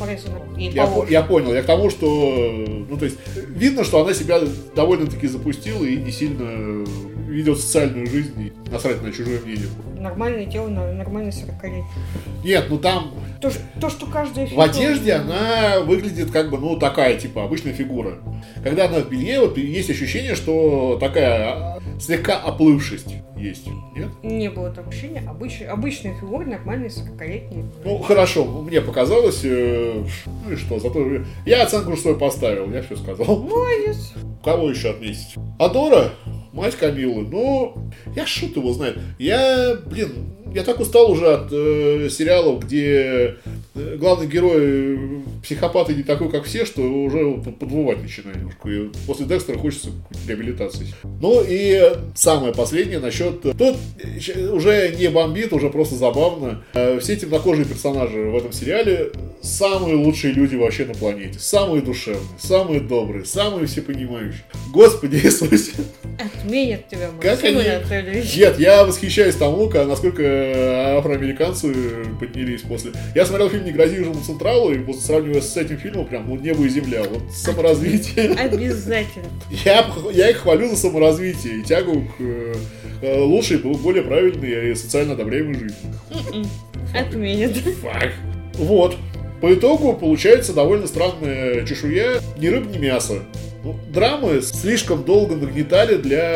[SPEAKER 1] я понял. Я к тому, что... Ну, то есть, видно, что она себя довольно-таки запустила и не сильно ведет социальную жизнь и насрать на чужое мнение.
[SPEAKER 2] Нормальное тело, нормальный 40-летний.
[SPEAKER 1] Нет, ну там...
[SPEAKER 2] То, что каждая
[SPEAKER 1] фигура... В одежде она выглядит как бы, ну, такая, типа, обычная фигура. Когда она в белье, вот есть ощущение, что такая слегка оплывшесть есть. Нет?
[SPEAKER 2] Не было такого ощущения. Обычная фигура, нормальная 40-летняя.
[SPEAKER 1] Ну, хорошо, мне показалось. Ну и что, зато я оценку свою поставил, я все сказал.
[SPEAKER 2] Молодец.
[SPEAKER 1] Кого еще отметить? Адора, мать Камилы. Ну, я шут его знает. Я так устал уже от сериалов, где главный герой психопат и не такой, как все, что уже подвывать начинаю немножко. И после Декстера хочется реабилитации. Ну и самое последнее насчет... Тут уже не бомбит, уже просто забавно. Все темнокожие персонажи в этом сериале самые лучшие люди вообще на планете. Самые душевные, самые добрые, самые всепонимающие. Господи Иисусе!
[SPEAKER 2] Отменят тебя,
[SPEAKER 1] как они... Нет, я восхищаюсь тому, насколько афроамериканцы поднялись после... Я смотрел фильм «Не грози Южному Централу», и вот сравнивая с этим фильмом, прям небо и земля. Вот саморазвитие.
[SPEAKER 2] Обязательно.
[SPEAKER 1] Я их хвалю за саморазвитие и тягу к лучшей, более правильной и социально одобряемой жизни.
[SPEAKER 2] Отменят.
[SPEAKER 1] Фак. Вот. По итогу получается довольно странная чешуя. Ни рыб, ни мясо. Драмы слишком долго нагнетали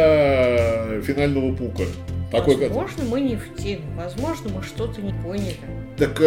[SPEAKER 1] для финального пука.
[SPEAKER 2] Возможно, мы не в теме. Возможно, мы что-то не поняли.
[SPEAKER 1] Так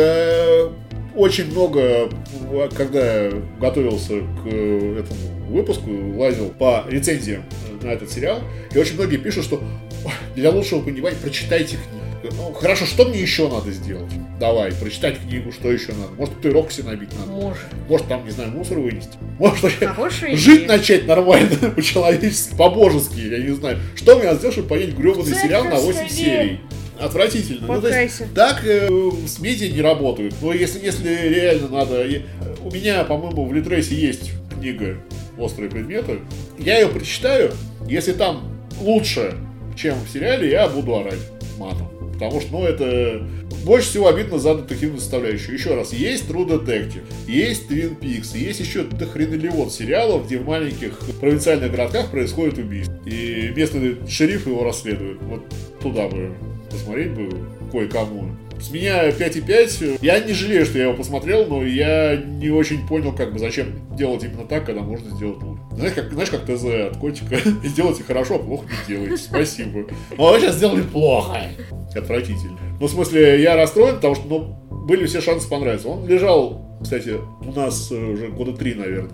[SPEAKER 1] очень много, когда я готовился к этому выпуску, лазил по рецензиям на этот сериал, и очень многие пишут, что для лучшего понимания прочитайте книгу. Ну, хорошо, что мне еще надо сделать? Давай, прочитать книгу, что еще надо? Может, татуировку себе набить надо? Может, там, не знаю, мусор вынести? Может, жить начать нормально, по-человечески, по-божески, я не знаю. Что мне надо сделать, чтобы понять гребаный сериал на 8 серий? Отвратительно. Ну, то есть, так с медиа не работают. Но если реально надо... У меня, по-моему, в Литресе есть книга «Острые предметы». Я ее прочитаю. Если там лучше, чем в сериале, я буду орать матом. Потому что, это больше всего обидно за детективную составляющую. Еще раз, есть True Detective, есть Twin Peaks, есть еще дохренелион сериалов, где в маленьких провинциальных городках происходит убийство. И местный шериф его расследует. Вот туда бы посмотреть бы кое-кому. С меня 5,5. Я не жалею, что я его посмотрел, но я не очень понял, зачем делать именно так, когда можно сделать лучше. Знаешь, как ТЗ от котика. Сделайте хорошо, а плохо не делайте. Спасибо. А вы сейчас сделали плохо. Отвратительно. В смысле, я расстроен, потому что, были все шансы понравиться. Он лежал, кстати, у нас уже года 3, наверное.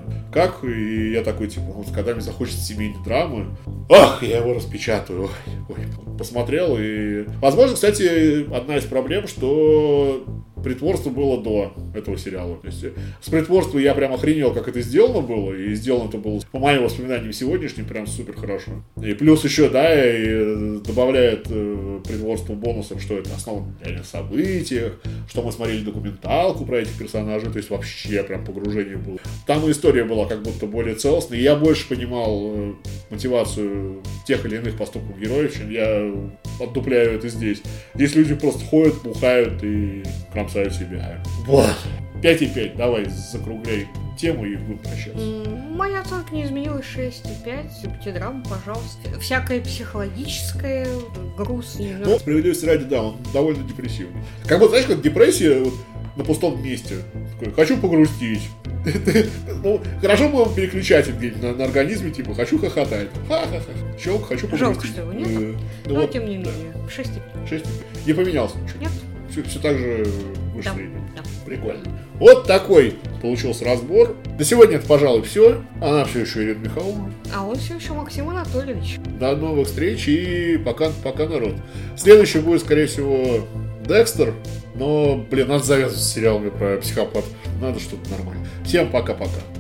[SPEAKER 1] И я такой, когда мне захочется семейной драмы, я его распечатаю. Посмотрел и... Возможно, кстати, одна из проблем, что притворство было до этого сериала. То есть с притворством я прям охренел, как это сделано было. И сделано это было, по моим воспоминаниям сегодняшним, прям супер хорошо. И плюс еще, и добавляет притворство бонусом, что это основано на реальных событиях, что мы смотрели документалку про этих персонажей. То есть вообще прям погружение было. Там и история была как будто более целостной. И я больше понимал мотивацию тех или иных поступков героев, чем я отдупляю это здесь. Здесь люди просто ходят, бухают и кромсают себя. Вот. 5,5. Давай, закругляй тему и будем прощаться.
[SPEAKER 2] Моя оценка не изменилась. 6,5. Любите драму, пожалуйста. Всякое психологическое, грустное.
[SPEAKER 1] Справедливости ради, да, он довольно депрессивный. Как будто, знаешь, как депрессия на пустом месте. Такой, хочу погрустить. Хорошо было бы переключать где-нибудь на организме, хочу хохотать. Ха-ха-ха. Щелк, хочу погрустить.
[SPEAKER 2] Жалко, что его нет. Но тем не менее. 6,5.
[SPEAKER 1] Не поменялся ничего.
[SPEAKER 2] Нет.
[SPEAKER 1] Все так же выше
[SPEAKER 2] Да,
[SPEAKER 1] среднего.
[SPEAKER 2] да.
[SPEAKER 1] Прикольно. Вот такой получился разбор. На сегодня это, пожалуй, все. Она все еще Ирина Михайловна.
[SPEAKER 2] А он все еще Максим Анатольевич.
[SPEAKER 1] До новых встреч и пока народ. Следующий будет, скорее всего, Декстер. Но, надо завязывать с сериалами про психопат. Надо что-то нормальное. Всем пока-пока.